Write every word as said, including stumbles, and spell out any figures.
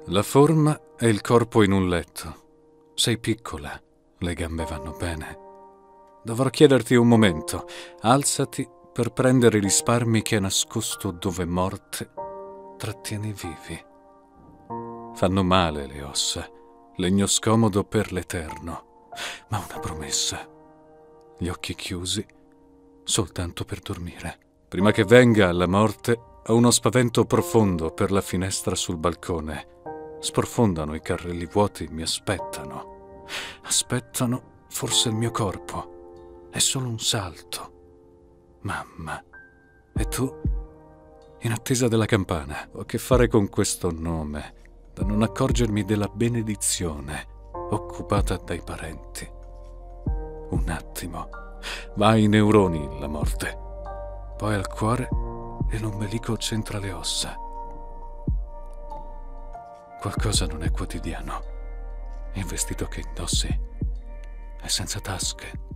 La forma è il corpo in un letto. Sei piccola, le gambe vanno bene. Dovrò chiederti un momento. Alzati per prendere i risparmi che hai nascosto dove morte trattieni vivi. Fanno male le ossa, legno scomodo per l'eterno, ma una promessa. Gli occhi chiusi soltanto per dormire. Prima che venga la morte, ho uno spavento profondo per la finestra sul balcone. Sprofondano i carrelli vuoti, mi aspettano. Aspettano forse il mio corpo. È solo un salto. Mamma. E tu? In attesa della campana. Ho a che fare con questo nome, da non accorgermi della benedizione, occupata dai parenti. Un attimo. Va ai neuroni la morte. Poi al cuore e l'ombelico c'entra le ossa. Qualcosa non è quotidiano. Il vestito che indossi è senza tasche.